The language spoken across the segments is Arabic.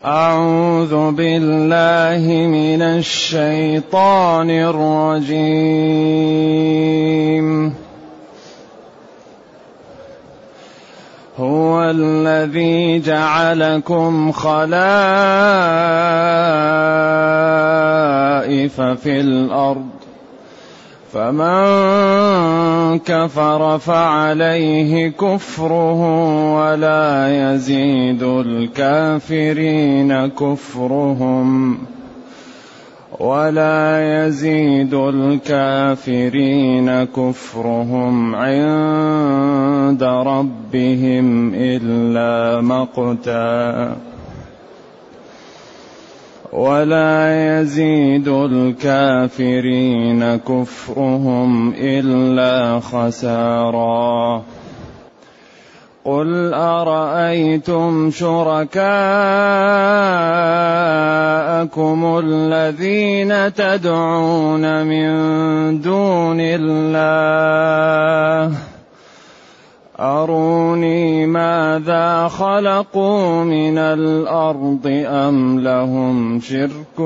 أعوذ بالله من الشيطان الرجيم. هو الذي جعلكم خلائف في الأرض فمن كفر فعليه كفره ولا يزيد الكافرين كفرهم عند ربهم إلا مقتا ولا يزيد الكافرين كفرهم إلا خسارا. قل أرأيتم شركاءكم الذين تدعون من دون الله أروني ماذا خلقوا من الأرض أم لهم شرك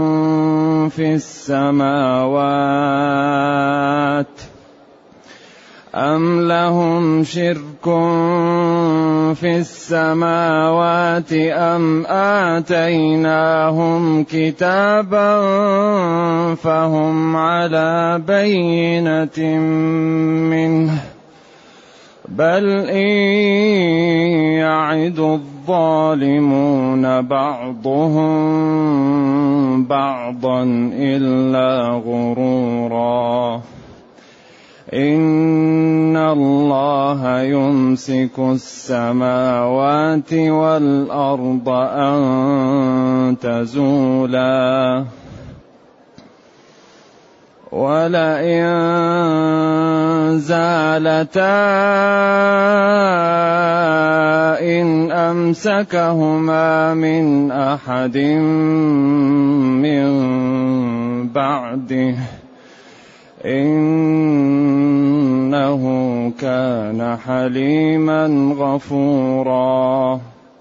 في السماوات أم آتيناهم كتابا فهم على بينة منه بل إن يعد الظالمون بعضهم بعضا إلا غرورا. إن الله يمسك السماوات والأرض أن تزولا ولئن زالتا إن أمسكهما من أحد من بعده إنه كان حليما غفورا.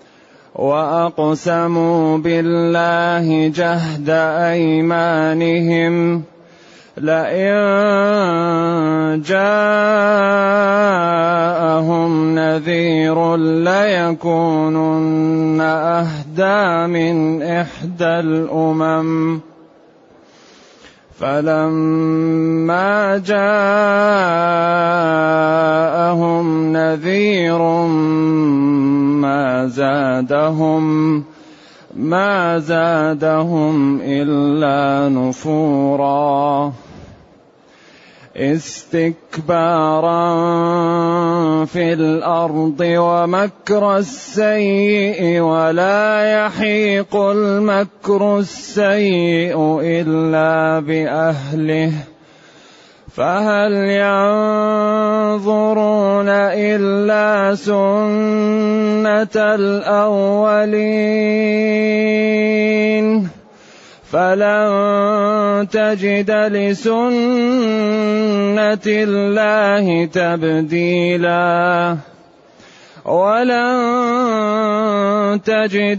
وأقسموا بالله جهد أيمانهم لئن جاءهم نذير ليكونن أهدى من إحدى الأمم فلما جاءهم نذير ما زادهم إلا نفورا. استكبارا في الأرض ومكر السيء ولا يحيق المكر السيء إلا بأهله فهل ينظرون إلا سنة الأولين فلن تجد لسنة الله تبديلا ولن تجد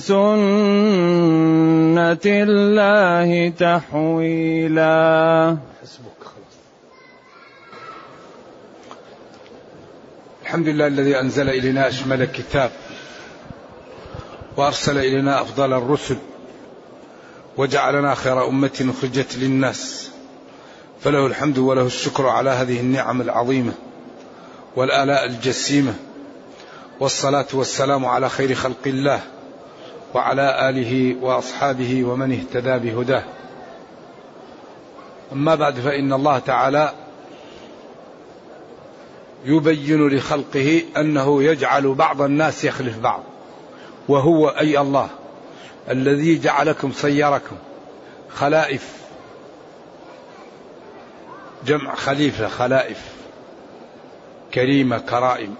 لسنة الله تحويلا. الحمد لله الذي أنزل إلينا أشمل الكتاب وأرسل إلينا أفضل الرسل وجعلنا خير أمة أخرجت للناس فله الحمد وله الشكر على هذه النعم العظيمة والآلاء الجسيمة والصلاة والسلام على خير خلق الله وعلى آله وأصحابه ومن اهتدى بهداه. أما بعد فإن الله تعالى يبين لخلقه أنه يجعل بعض الناس يخلف بعض وهو أي الله الذي جعلكم صيركم خلائف جمع خليفة خلائف كريمة كرائم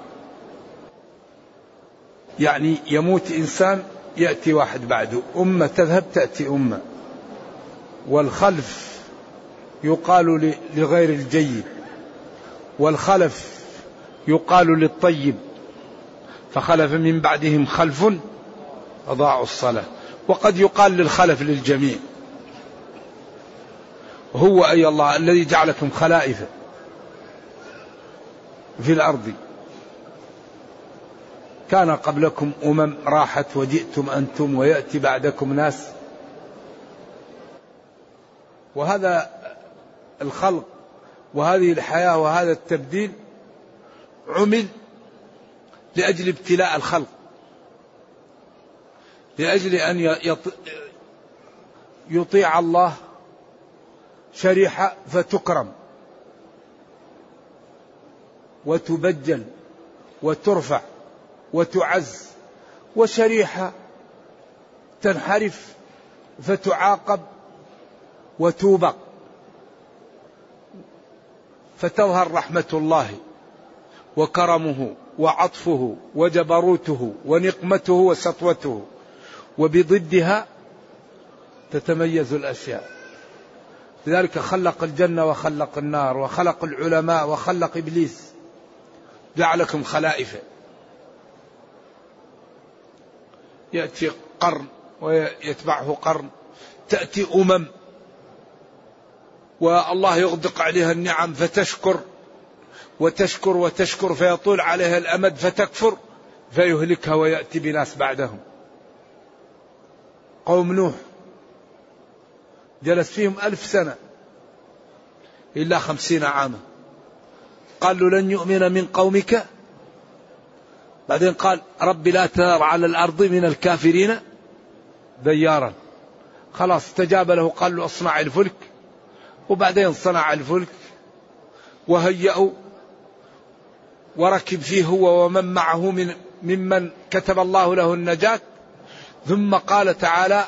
يعني يموت إنسان يأتي واحد بعده أمة تذهب تأتي أمة والخلف يقال لغير الجيد والخلف يقال للطيب فخلف من بعدهم خلف أضاعوا الصلاة. وقد يقال للخلف للجميع، هو أي الله الذي جعلكم خلائف في الأرض، كان قبلكم راحت وجئتم أنتم ويأتي بعدكم ناس. وهذا الخلق وهذه الحياة وهذا التبديل عمل لأجل ابتلاء الخلق، لأجل أن يطيع الله شريحة فتكرم وتبجل وترفع وتعز، وشريحة تنحرف فتعاقب وتوبق، فتظهر رحمة الله وكرمه وعطفه وجبروته ونقمته وسطوته، وبضدها تتميز الأشياء. لذلك خلق الجنة وخلق النار وخلق العلماء وخلق إبليس، جعلكم خلائف. يأتي قرن ويتبعه قرن، تأتي والله يغدق عليها النعم فتشكر وتشكر وتشكر، فيطول عليها الأمد فتكفر فيهلكها ويأتي بناس بعدهم. قوم نوح جلس فيهم 1000 سنة إلا 50 عاما، قالوا لن يؤمن من قومك، بعدين قال رب لا تذر على الأرض من الكافرين ديارا. خلاص استجاب له، قال له اصنع الفلك، وبعدين صنع الفلك وهيأوا وركب فيه هو ومن معه ممن كتب الله له النجاة. ثم قال تعالى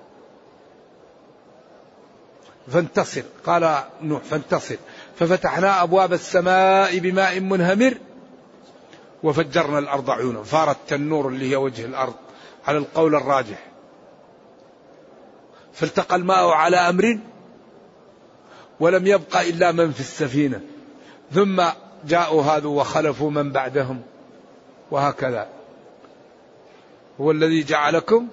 فانتصر، قال نوح فانتصر، ففتحنا أبواب السماء بماء منهمر وفجرنا الأرض عيونا، فارت التنور اللي هي وجه الأرض على القول الراجح، فالتقى الماء على أمر ولم يبق إلا من في السفينة، ثم جاءوا هذا وخلفوا من بعدهم، وهكذا. هو الذي جعلكم،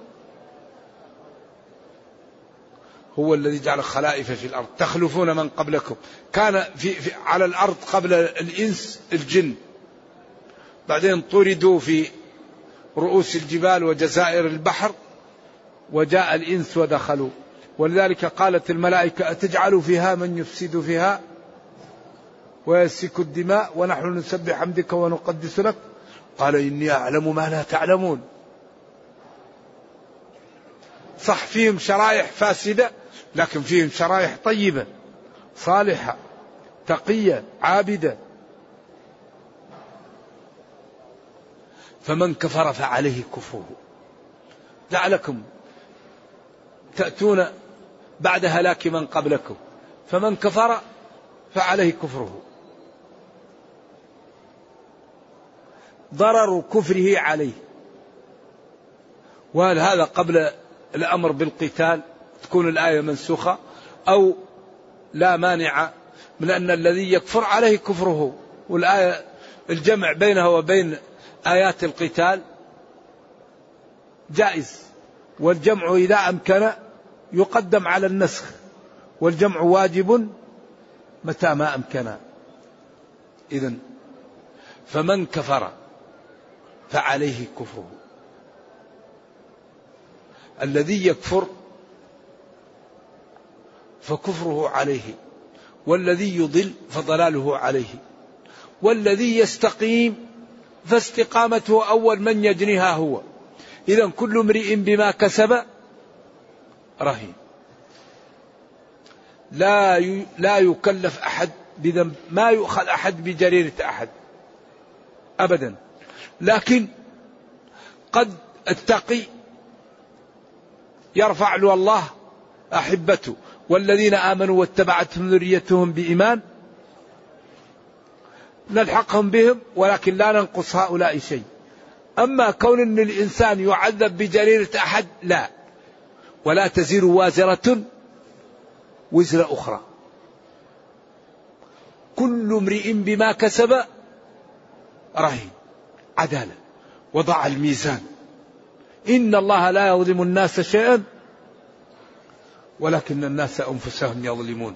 هو الذي جعل خلائف في الأرض تخلفون من قبلكم. كان على الأرض قبل الإنس الجن، بعدين طردوا في رؤوس الجبال وجزائر البحر، وجاء الإنس ودخلوا. ولذلك قالت الملائكة أتجعل فيها من يفسد فيها ويسفك الدماء ونحن نسبح حمدك ونقدس لك، قال إني أعلم ما لا تعلمون. صح فيهم شرائح فاسدة، لكن فيهم شرائح طيبة صالحة تقية عابدة. فمن كفر فعليه كفره. جعلكم تأتون بعد هلاك من قبلكم، فمن كفر فعليه كفره. ضرر كفره عليه. وهل هذا قبل الأمر بالقتال تكون الآية منسوخة، أو لا مانع من أن الذي يكفر عليه كفره، والآية الجمع بينها وبين آيات القتال جائز، والجمع إذا أمكن يقدم على النسخ، والجمع واجب متى ما أمكن. إذن فمن كفر فعليه كفره. الذي يكفر فكفره عليه، والذي يضل فضلاله عليه، والذي يستقيم فاستقامته أول من يجنيها هو. إذن كل امرئ بما كسب رهين. لا يكلف أحد بذنب، ما يؤخذ أحد بجريرة أحد أبدا. لكن قد التقي يرفع له الله أحبته، والذين آمنوا واتبعتهم ذريتهم بإيمان نلحقهم بهم ولكن لا ننقص هؤلاء شيء. أما كون أن الإنسان يعذب بجريرة أحد لا، ولا تزر وازرة وزر أخرى. كل امرئ بما كسب رهين. عدالة، وضع الميزان إن الله لا يظلم الناس شيئا ولكن الناس أنفسهم يظلمون.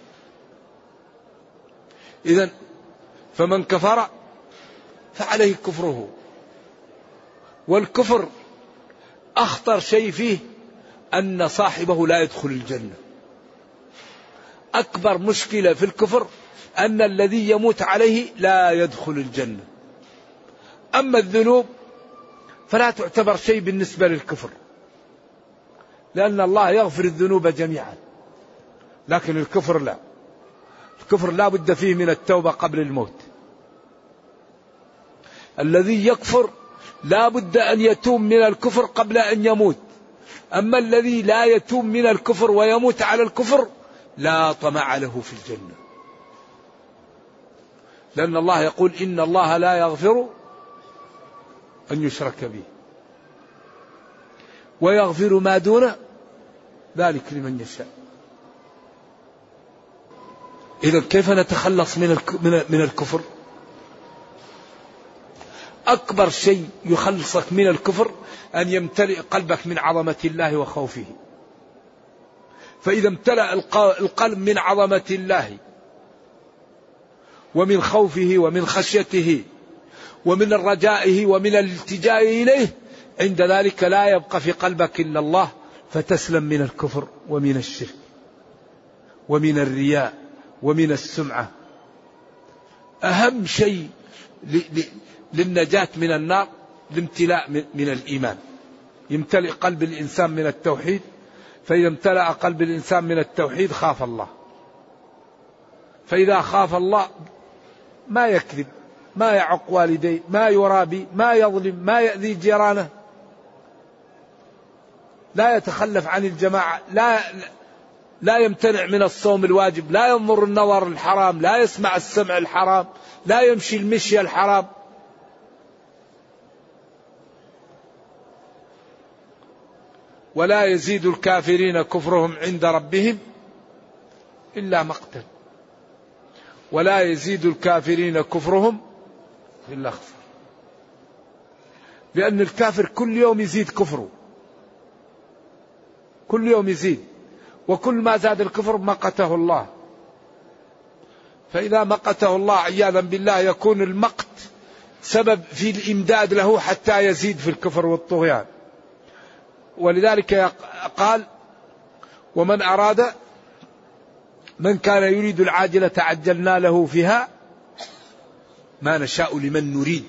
إذن فمن كفر فعليه كفره، والكفر أخطر شيء فيه أن صاحبه لا يدخل الجنة. أكبر مشكلة في الكفر أن الذي يموت عليه لا يدخل الجنة. أما الذنوب فلا تعتبر شيء بالنسبة للكفر، لأن الله يغفر الذنوب جميعا، لكن الكفر لا. الكفر لا بد فيه من التوبة قبل الموت. الذي يكفر لا بد أن يتوب من الكفر قبل أن يموت. أما الذي لا يتوب من الكفر ويموت على الكفر لا طمع له في الجنة، لأن الله يقول إن الله لا يغفر أن يشرك به ويغفر ما دون ذلك لمن يشاء. إذا كيف نتخلص من الكفر؟ أكبر شيء يخلصك من الكفر أن يمتلئ قلبك من عظمة الله وخوفه. فإذا امتلأ القلب من عظمة الله ومن خوفه ومن خشيته ومن رجائه ومن الالتجاء إليه، عند ذلك لا يبقى في قلبك إلا الله، فتسلم من الكفر ومن الشرك ومن الرياء ومن السمعة. أهم شيء للنجاة من النار الامتلاء من الإيمان. يمتلئ قلب الإنسان من التوحيد، فإذا امتلأ قلب الإنسان من التوحيد خاف الله. فإذا خاف الله ما يكذب، ما يعق والديه، ما يرابي، ما يظلم، ما يأذي جيرانه، لا يتخلف عن الجماعة، لا يمتنع من الصوم الواجب، لا ينظر النظر الحرام، لا يسمع السمع الحرام، لا يمشي المشي الحرام. ولا يزيد الكافرين كفرهم عند ربهم إلا مقتا. ولا يزيد الكافرين كفرهم إلا خسر. لأن الكافر كل يوم يزيد كفره، كل يوم يزيد، وكل ما زاد الكفر مقته الله. فإذا مقته الله عياذا بالله يكون المقت سبب في الإمداد له حتى يزيد في الكفر والطغيان. ولذلك قال ومن أراد من كان يريد العاجلة عجلنا له فيها ما نشاء لمن نريد.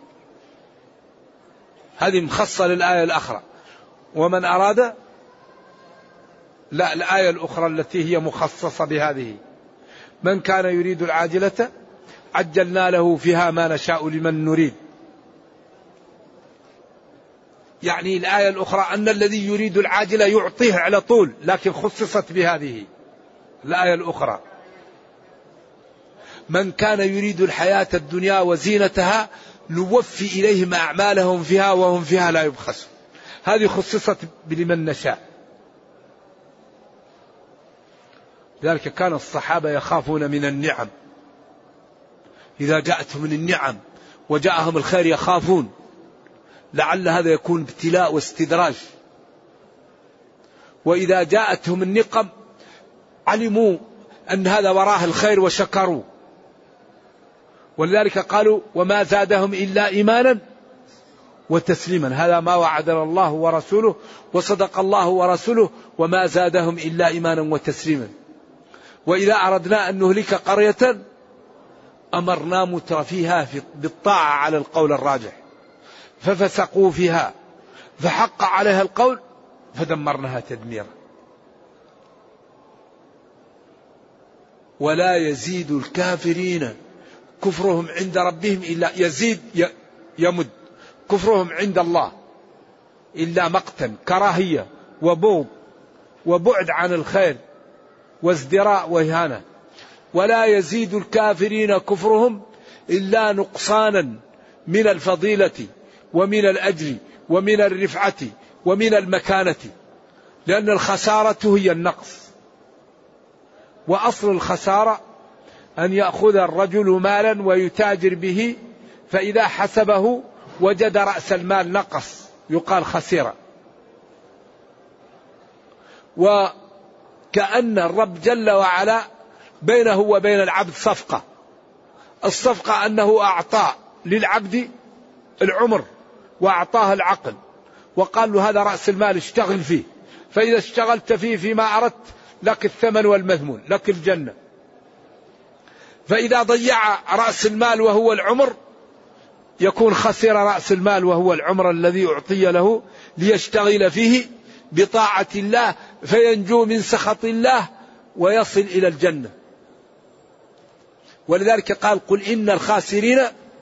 هذه مخصة للآية الأخرى. ومن أراد، لا، الآية الأخرى التي هي مخصصة بهذه، من كان يريد العاجلة عجلنا له فيها ما نشاء لمن نريد. يعني الآية الأخرى أن الذي يريد العاجلة يعطيه على طول، لكن خصصت بهذه الآية الأخرى. من كان يريد الحياة الدنيا وزينتها نوفي إليهم أعمالهم فيها وهم فيها لا يبخسون. هذه خصصت بلمن نشاء. لذلك كان الصحابة يخافون من النعم، إذا جاءتهم النعم وجاءهم الخير يخافون لعل هذا يكون ابتلاء واستدراج. وإذا جاءتهم النقم علموا أن هذا وراه الخير وشكروا. ولذلك قالوا وما زادهم إلا إيمانا وتسليما. هذا ما وعدنا الله ورسوله وصدق الله ورسوله وما زادهم إلا إيمانا وتسليما. وإذا أردنا أن نهلك قرية أمرنا مترفيها بالطاعة على القول الراجح ففسقوا فيها فحق عليها القول فدمرناها تدميرا. ولا يزيد الكافرين كفرهم عند ربهم إلا يزيد يمد كفرهم عند الله إلا مقتا، كراهية وبغض وبعد عن الخير وازدراء وإهانة. ولا يزيد الكافرين كفرهم إلا نقصانا من الفضيلة ومن الأجر ومن الرفعة ومن المكانة، لأن الخسارة هي النقص. وأصل الخسارة أن يأخذ الرجل مالا ويتاجر به، فإذا حسبه وجد رأس المال نقص يقال خسر. وكأن الرب جل وعلا بينه وبين العبد صفقة. الصفقة أنه أعطى للعبد العمر وأعطاه العقل وقال له هذا رأس المال اشتغل فيه، فإذا اشتغلت فيه فيما أردت لك الثمن والمثمون، لك الجنة. فإذا ضيع رأس المال وهو العمر يكون خسر رأس المال وهو العمر الذي أعطي له ليشتغل فيه بطاعة الله فينجو من سخط الله ويصل إلى الجنة. ولذلك قال قل إن الخاسرين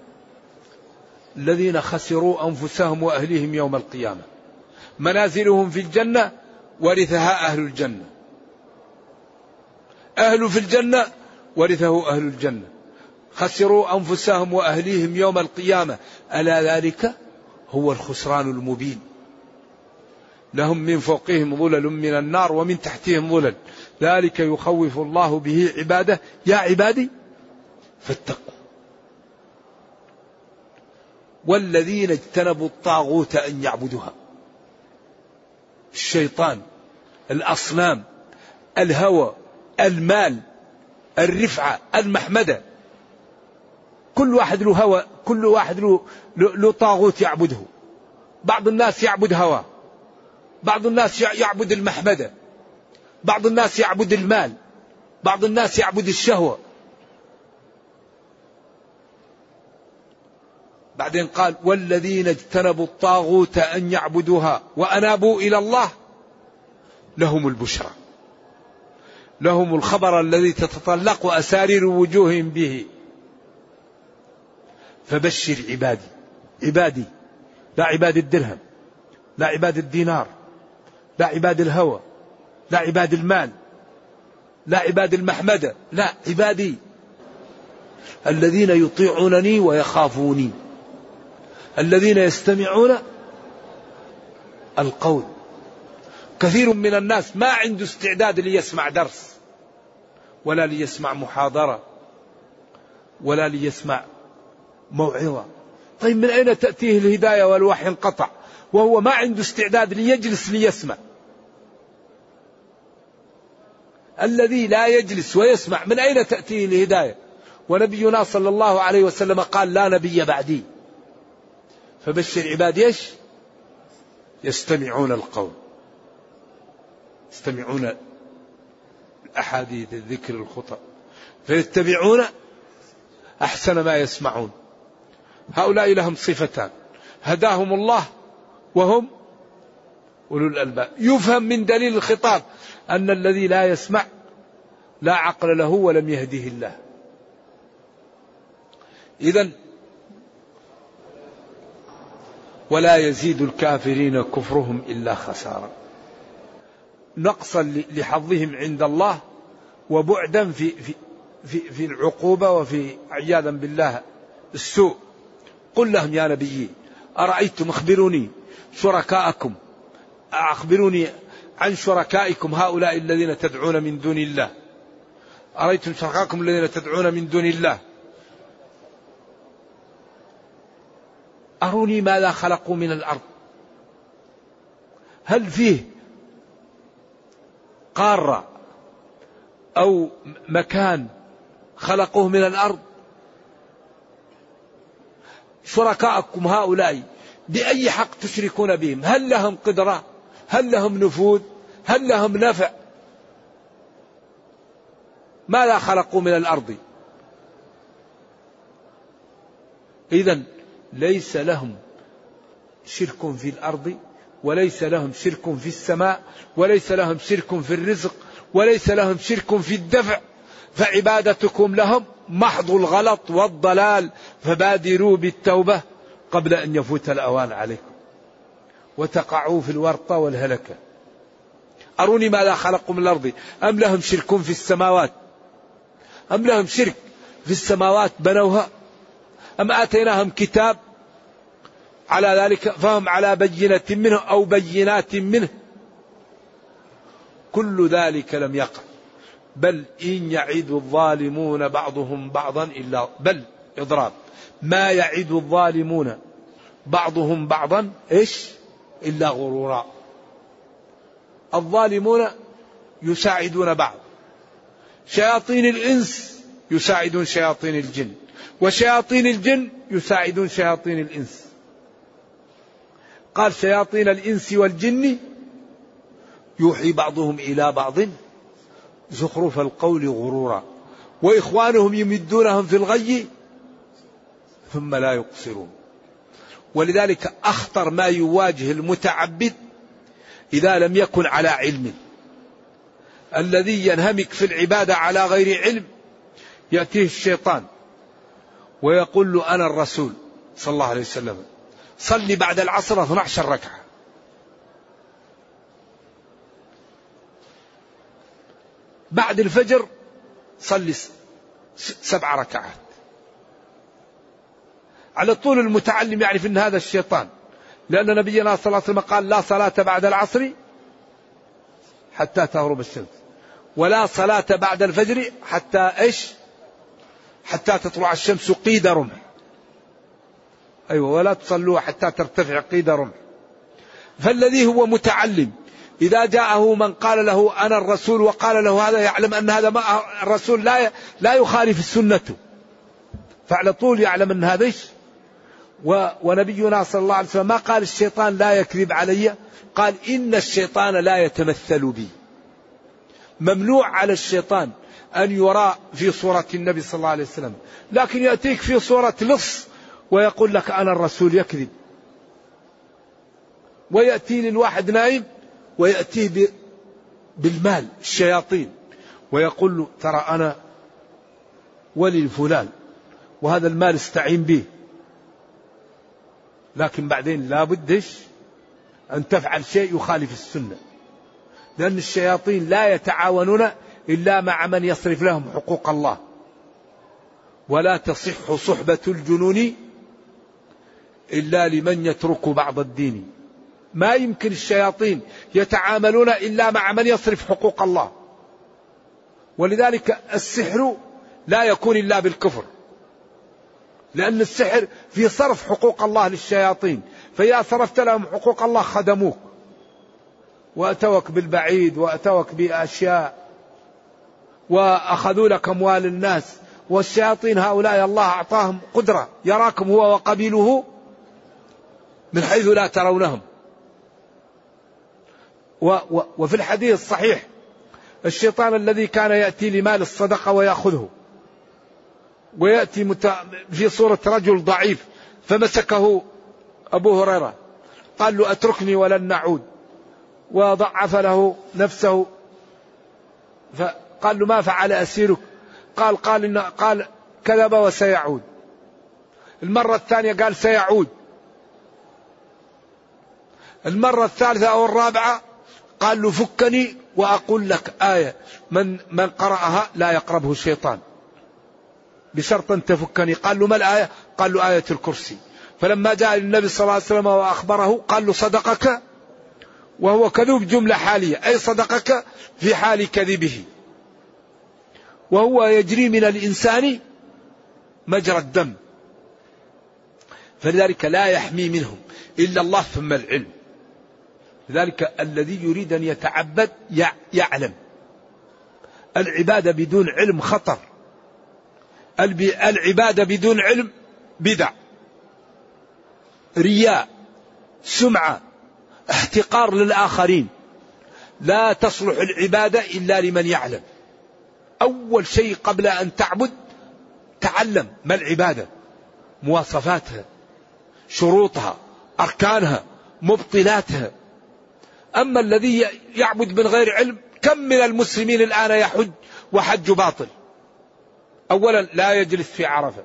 الذين خسروا أنفسهم وأهليهم يوم القيامة منازلهم في الجنة ورثها أهل الجنة. أهل في الجنة ورثه أهل الجنة. خسروا أنفسهم وأهليهم يوم القيامة ألا ذلك هو الخسران المبين. لهم من فوقهم ظلل من النار ومن تحتهم ظلل ذلك يخوف الله به عباده يا عبادي فاتقوا. والذين اجتنبوا الطاغوت أن يعبدوها، الشيطان، الأصنام، الهوى، المال، الرفعة، المحمدة، كل واحد له هوى، كل واحد له طاغوت يعبده. بعض الناس يعبد هوى، بعض الناس يعبد المحمدة، بعض الناس يعبد المال، بعض الناس يعبد الشهوة. بعدين قال والذين اجتنبوا الطاغوت أن يعبدوها وأنابوا إلى الله لهم البشرى، لهم الخبر الذي تتطلق أسارير وجوههم به. فبشر عبادي، عبادي لا عباد الدرهم، لا عباد الدينار، لا عباد الهوى، لا عباد المال، لا عباد المحمدة، لا عبادي الذين يطيعونني ويخافوني، الذين يستمعون القول. كثير من الناس ما عنده استعداد ليسمع درس ولا ليسمع محاضرة ولا ليسمع موعظة. طيب من أين تأتيه الهداية والوحي انقطع وهو ما عنده استعداد ليجلس ليسمع؟ الذي لا يجلس ويسمع من أين تأتيه الهداية؟ ونبينا صلى الله عليه وسلم قال لا نبي بعدي. فبشر عبادي ايش؟ يستمعون القول، يستمعون الأحاديث، الذكر، الخطب، فيتبعون أحسن ما يسمعون. هؤلاء لهم صفتان: هداهم الله وهم أولو الألباب. يفهم من دليل الخطاب أن الذي لا يسمع لا عقل له ولم يهده الله. إذن ولا يزيد الكافرين كفرهم إلا خسارا، نقصا لحظهم عند الله وبعدا في العقوبة وفي عياذا بالله السوء. قل لهم يا نبي أرأيتم أخبروني شركاءكم، أخبروني عن شركائكم هؤلاء الذين تدعون من دون الله. أرأيتم شركاءكم الذين تدعون من دون الله أروني ماذا خلقوا من الأرض. هل فيه قارة أو مكان خلقوه من الأرض؟ شركاءكم هؤلاء بأي حق تشركون بهم؟ هل لهم قدرة؟ هل لهم نفوذ؟ هل لهم نفع؟ ماذا خلقوا من الأرض؟ إذن ليس لهم شرك في الأرض، وليس لهم شرك في السماء، وليس لهم شرك في الرزق، وليس لهم شرك في الدفع. فعبادتكم لهم محض الغلط والضلال، فبادروا بالتوبة قبل أن يفوت الأوان عليكم وتقعوا في الورطة والهلكة. أروني ماذا خلقوا من الأرض أم لهم شرك في السماوات، أم لهم شرك في السماوات بنوها، أم آتيناهم كتاب على ذلك فهم على بينة منه أو بينات منه. كل ذلك لم يقع. بل إن يعد الظالمون بعضهم بعضا إلا بل إضراب ما يعد الظالمون بعضهم بعضا إيش إلا غرورا. الظالمون يساعدون بعض، شياطين الإنس يساعدون شياطين الجن، وشياطين الجن يساعدون شياطين الإنس. قال شياطين الإنس والجن يوحي بعضهم إلى بعض زخرف القول غرورا وإخوانهم يمدونهم في الغي ثم لا يقصرون. ولذلك أخطر ما يواجه المتعبد إذا لم يكن على علم. الذي ينهمك في العبادة على غير علم يأتيه الشيطان ويقول له أنا الرسول صلى الله عليه وسلم صلي بعد العصر 12 ركعة، بعد الفجر صلي 7 ركعات. على طول المتعلم يعرف أن هذا الشيطان، لأن نبينا صلى الله عليه وسلم قال لا صلاة بعد العصر حتى تغرب الشمس، ولا صلاة بعد الفجر حتى حتى تطلع الشمس قيد رمح. أيوة، ولا تصلوا حتى ترتفع قيد رمح. فالذي هو متعلم إذا جاءه من قال له أنا الرسول وقال له هذا، يعلم أن هذا الرسول لا يخالف السنة، فعلى طول يعلم أن هذا ونبينا صلى الله عليه وسلم ما قال الشيطان لا يكذب علي، قال إن الشيطان لا يتمثل بي. ممنوع على الشيطان أن يرى في صورة النبي صلى الله عليه وسلم، لكن يأتيك في صورة لص ويقول لك أنا الرسول، يكذب. ويأتي للواحد نائم ويأتيه بالمال الشياطين ويقول له ترى أنا ولي الفلان وهذا المال استعين به، لكن بعدين لا بدش أن تفعل شيء يخالف السنة، لأن الشياطين لا يتعاونون إلا مع من يصرف لهم حقوق الله. ولا تصح صحبة الجنون إلا لمن يترك بعض الدين. ما يمكن الشياطين يتعاملون إلا مع من يصرف حقوق الله. ولذلك السحر لا يكون إلا بالكفر، لأن السحر في صرف حقوق الله للشياطين، فإذا صرفت لهم حقوق الله خدموك وأتوك بالبعيد وأتوك بأشياء وأخذوا لك أموال الناس. والشياطين هؤلاء الله أعطاهم قدرة، يراكم هو وقبيله من حيث لا ترونهم. وفي الحديث الصحيح الشيطان الذي كان يأتي لمال الصدقة ويأخذه، ويأتي في صورة رجل ضعيف فمسكه أبو هريرة قال له أتركني ولن نعود، وضعف له نفسه، فقال له ما فعل أسيرك؟ قال كذب وسيعود. المرة الثانية قال سيعود. المرة الثالثة أو الرابعة قال له فكني وأقول لك آية من قرأها لا يقربه الشيطان، بشرط أن تفكني. قال له ما الآية؟ قال له آية الكرسي. فلما جاء النبي صلى الله عليه وسلم وأخبره قال له صدقك وهو كذوب، جملة حالية، أي صدقك في حال كذبه، وهو يجري من الإنسان مجرى الدم. فلذلك لا يحمي منهم إلا الله ثم العلم. لذلك الذي يريد أن يتعبد يعلم. العبادة بدون علم خطر، العبادة بدون علم بدع، رياء، سمعة، احتقار للآخرين. لا تصلح العبادة إلا لمن يعلم. أول شيء قبل أن تعبد تعلم ما العبادة، مواصفاتها، شروطها، أركانها، مبطلاتها. أما الذي يعبد من غير علم، كم من المسلمين الآن يحج وحج باطل. أولا لا يجلس في عرفة،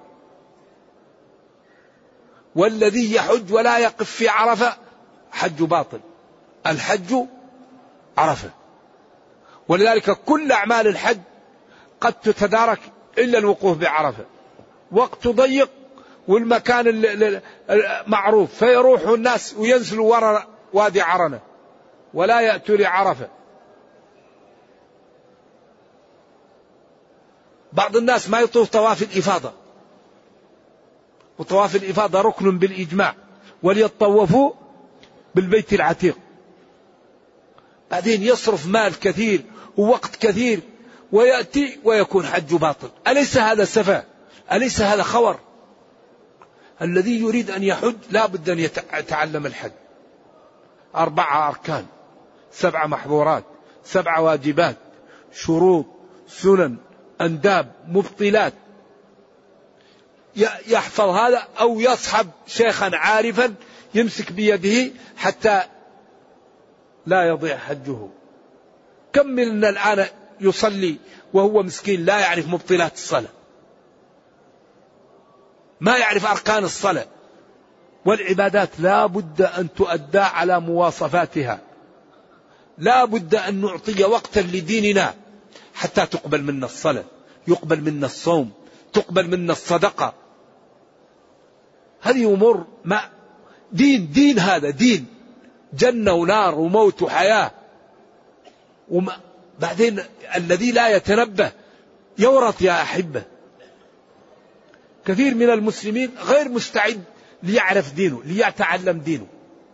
والذي يحج ولا يقف في عرفة حج باطل. الحج عرفة. ولذلك كل أعمال الحج قد تتدارك إلا الوقوف بعرفة، وقت ضيق والمكان معروف، فيروح الناس وينزلوا وراء وادي عرنة ولا يأتوا لعرفة. بعض الناس ما يطوف طواف الإفاضة، وطواف الإفاضة ركن بالإجماع، وليطوفوا بالبيت العتيق، بعدين يصرف مال كثير ووقت كثير ويأتي ويكون حج باطل. أليس هذا سفه؟ أليس هذا خور؟ الذي يريد أن يحج لا بد أن يتعلم الحج. 4 أركان، 7 محظورات، 7 واجبات، شروط، سنن، أنداب، مبطلات. يحفظ هذا أو يصحب شيخا عارفا يمسك بيده حتى لا يضيع حجه. كم منا الآن يصلي وهو مسكين لا يعرف مبطلات الصلاة، ما يعرف أركان الصلاة. والعبادات لا بد أن تؤدى على مواصفاتها، لا بد أن نعطي وقتا لديننا حتى تقبل منا الصلاة، يقبل منا الصوم، تقبل منا الصدقة. هذه أمور ما دين هذا دين، جنة ونار وموت وحياة. بعدين الذي لا يتنبه يورط يا أحبة. كثير من المسلمين غير مستعد ليعرف دينه، ليتعلم دينه.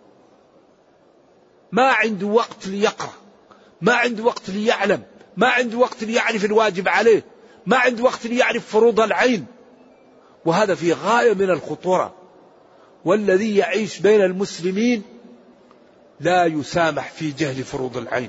ما عنده وقت ليقرأ، ما عنده وقت ليعلم، ما عنده وقت ليعرف الواجب عليه، ما عنده وقت ليعرف فروض العين. وهذا في غاية من الخطورة. والذي يعيش بين المسلمين لا يسامح في جهل فروض العين.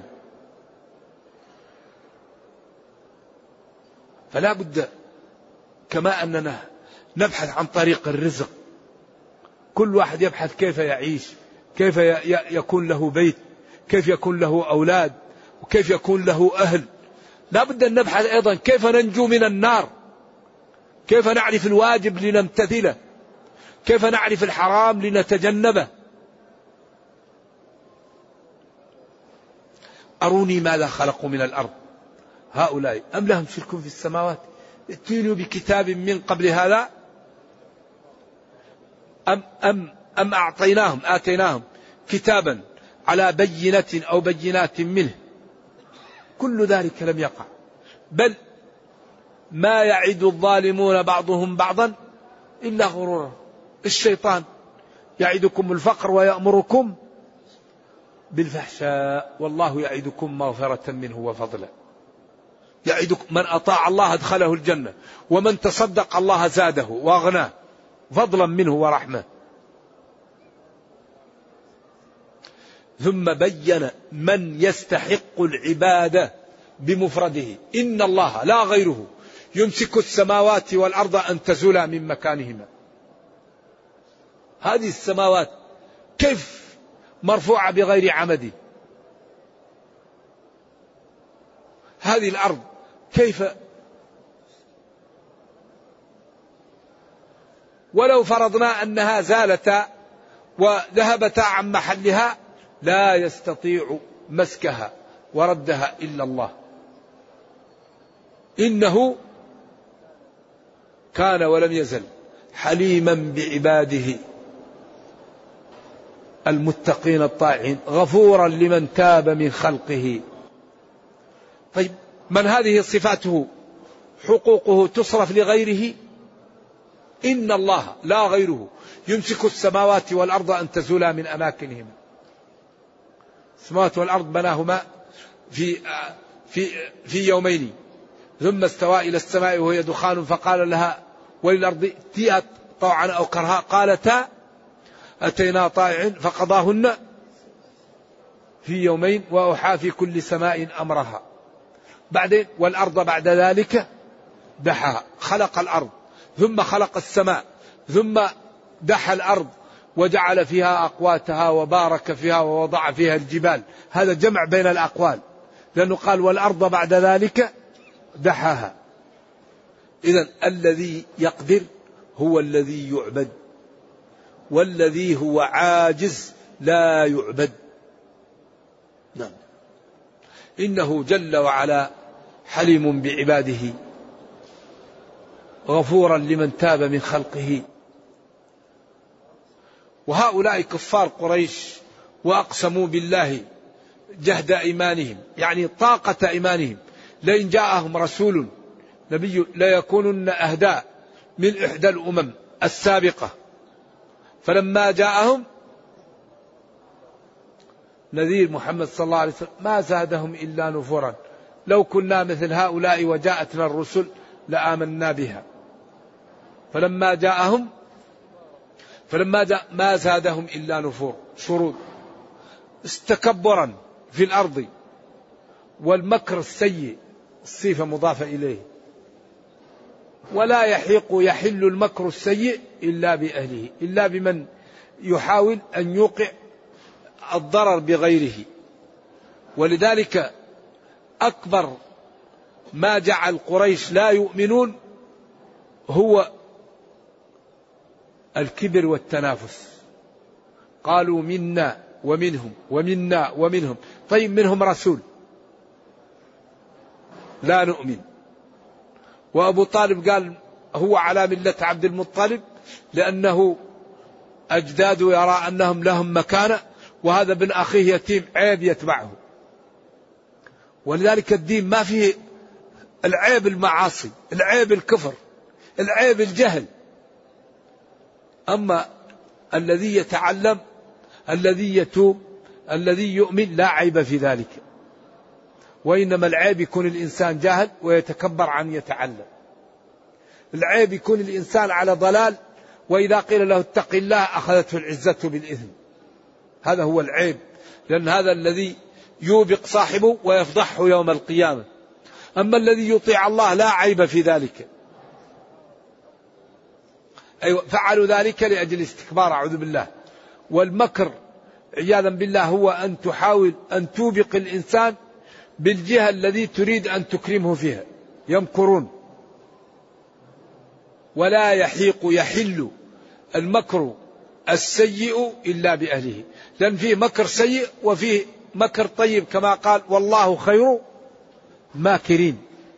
فلا بد كما أننا نبحث عن طريق الرزق، كل واحد يبحث كيف يعيش، كيف يكون له بيت، كيف يكون له أولاد، وكيف يكون له أهل. لا بد أن نبحث أيضا كيف ننجو من النار، كيف نعرف الواجب لنمتثله، كيف نعرف الحرام لنتجنبه. أروني ماذا خلقوا من الأرض هؤلاء أم لهم شرك في السماوات ائتوني بكتاب من قبل هذا أم آتيناهم كتابا على بينة أو بينات منه. كل ذلك لم يقع، بل ما يعد الظالمون بعضهم بعضا إلا غرورا. الشيطان يعدكم الفقر ويأمركم بالفحشاء والله يعدكم مغفرة منه وفضلا. يعدكم من أطاع الله أدخله الجنة، ومن تصدق الله زاده وأغناه فضلا منه ورحمة. ثم بين من يستحق العبادة بمفرده. إن الله لا غيره يمسك السماوات والأرض أن تزولا من مكانهما. هذه السماوات كيف مرفوعة بغير عمد؟ هذه الأرض كيف؟ ولو فرضنا أنها زالتا وذهبتا عن محلها لا يستطيع مسكها وردها إلا الله. إنه كان ولم يزل حليما بعباده المتقين الطائعين غفورا لمن تاب من خلقه. طيب من هذه صفاته حقوقه تصرف لغيره؟ إن الله لا غيره يمسك السماوات والأرض أن تزولا من أماكنهما. السماوات والأرض بناهما في يومين، ثم استوى إلى السماء وهي دخان فقال لها وللأرض ائتيا طوعا أو كرها قالتا أتينا طائعين فقضاهن في يومين وأوحى في كل سماء أمرها. بعدين والأرض بعد ذلك دحاها. خلق الأرض ثم خلق السماء ثم دحى الأرض وجعل فيها أقواتها وبارك فيها ووضع فيها الجبال. هذا جمع بين الأقوال، لأنه قال والأرض بعد ذلك دحاها. إذن الذي يقدر هو الذي يعبد، والذي هو عاجز لا يعبد. نعم. إنه جل وعلا حليم بعباده غفورا لمن تاب من خلقه. وهؤلاء كفار قريش وأقسموا بالله جهد إيمانهم، يعني طاقة إيمانهم، لئن جاءهم رسول نبي ليكونن أهدى من إحدى الأمم السابقة. فلما جاءهم نذير محمد صلى الله عليه وسلم ما زادهم إلا نفورا، لو كنا مثل هؤلاء وجاءتنا الرسل لآمنا بها. فلما جاء ما زادهم إلا نفور، شرود، استكبرا في الأرض، والمكر السيء، الصفة مضافة إليه، ولا يحل المكر السيء إلا بأهله، إلا بمن يحاول أن يوقع الضرر بغيره. ولذلك أكبر ما جعل قريش لا يؤمنون هو الكبر والتنافس. قالوا منا ومنهم ومنا ومنهم، طيب منهم رسول لا نؤمن. وأبو طالب قال هو على ملة عبد المطلب لأنه أجداده يرى أنهم لهم مكانة، وهذا ابن أخيه يتيم عيب يتبعه. ولذلك الدين ما فيه العيب المعاصي، العيب الكفر، العيب الجهل. أما الذي يتعلم، الذي يتوب، الذي يؤمن، لا عيب في ذلك. وإنما العيب يكون الإنسان جاهل ويتكبر عن يتعلم. العيب يكون الإنسان على ضلال، وإذا قيل له اتق الله أخذته العزة بالإثم. هذا هو العيب، لأن هذا الذي يوبق صاحبه ويفضحه يوم القيامة. أما الذي يطيع الله لا عيب في ذلك. أيوة، فعلوا ذلك لأجل استكبار، أعوذ بالله. والمكر عياذا بالله هو أن تحاول أن توبق الإنسان بالجهة الذي تريد أن تكرمه فيها. يمكرون. ولا يحل المكر السيء إلا بأهله، لأن فيه مكر سيء وفيه مكر طيب، كما قال والله خير ماكرين.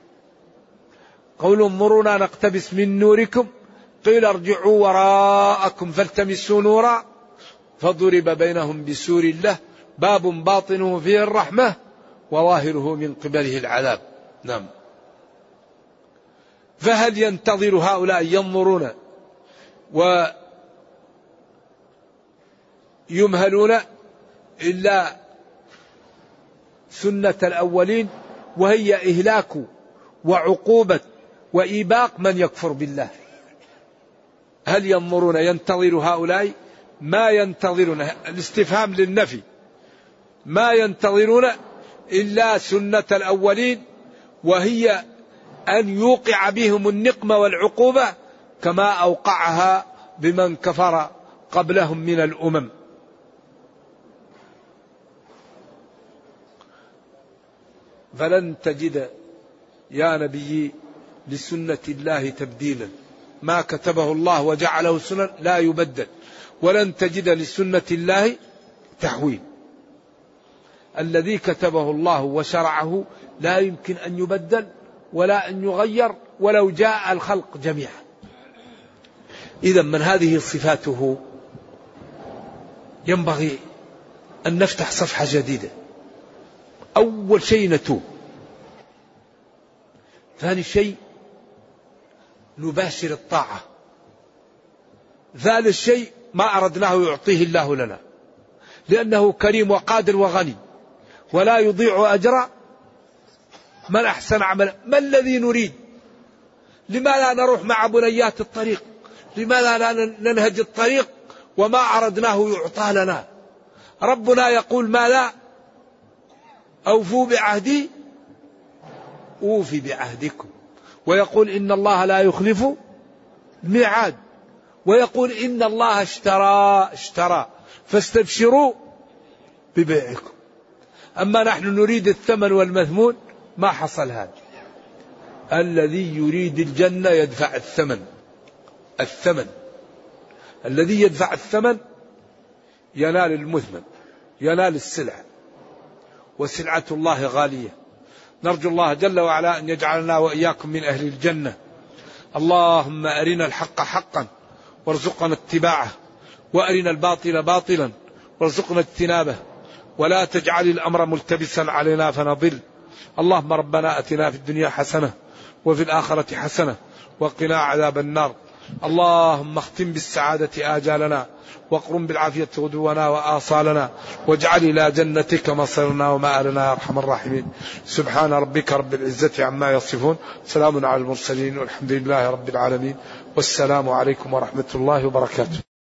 قولوا مرنا نقتبس من نوركم قيل ارجعوا وراءكم فالتمسوا نورا فضرب بينهم بسور له باب باطنه فيه الرحمة وظاهره من قبله العذاب. نعم. فهل ينتظر هؤلاء ينظرون ويمهلون إلا سنة الأولين، وهي إهلاك وعقوبة وإيباق من يكفر بالله. هل ينظرون، ينتظر هؤلاء ما ينتظرون، الاستفهام للنفي، ما ينتظرون إلا سنة الأولين، وهي أن يوقع بهم النقمة والعقوبة كما أوقعها بمن كفر قبلهم من الأمم. فلن تجد يا نبي لسنة الله تبديلا، ما كتبه الله وجعله سنة لا يبدل، ولن تجد لسنة الله تحويل. الذي كتبه الله وشرعه لا يمكن أن يبدل ولا أن يغير ولو جاء الخلق جميعا. إذا من هذه صفاته ينبغي أن نفتح صفحة جديدة. أول شيء نتوب، ثاني شيء نباشر الطاعة، ثالث شيء ما أردناه يعطيه الله لنا، لأنه كريم وقادر وغني ولا يضيع أجر من أحسن عملا. ما الذي نريد؟ لماذا نروح مع بنيات الطريق؟ لماذا لا ننهج الطريق وما أردناه يعطى لنا؟ ربنا يقول ما لا أوفوا بعهدي أوفي بعهدكم، ويقول إن الله لا يخلف الميعاد، ويقول إن الله اشترى فاستبشروا ببيعكم. أما نحن نريد الثمن والمثمون، ما حصل هذا. الذي يريد الجنة يدفع الثمن الذي يدفع الثمن ينال المثمن، ينال السلعة، وسلعة الله غالية. نرجو الله جل وعلا أن يجعلنا وإياكم من أهل الجنة. اللهم أرنا الحق حقا وارزقنا اتباعه، وأرنا الباطل باطلا وارزقنا اجتنابه، ولا تجعل الأمر ملتبسا علينا فنضل. اللهم ربنا أتنا في الدنيا حسنة وفي الآخرة حسنة وقنا عذاب النار. اللهم اختم بالسعادة آجالنا، واقرم بالعافية غدونا وآصالنا، واجعل إلى جنتك مصيرنا ومآلنا يا أرحم الراحمين. سبحان ربك رب العزة عما يصفون، سلام على المرسلين، والحمد لله رب العالمين، والسلام عليكم ورحمة الله وبركاته.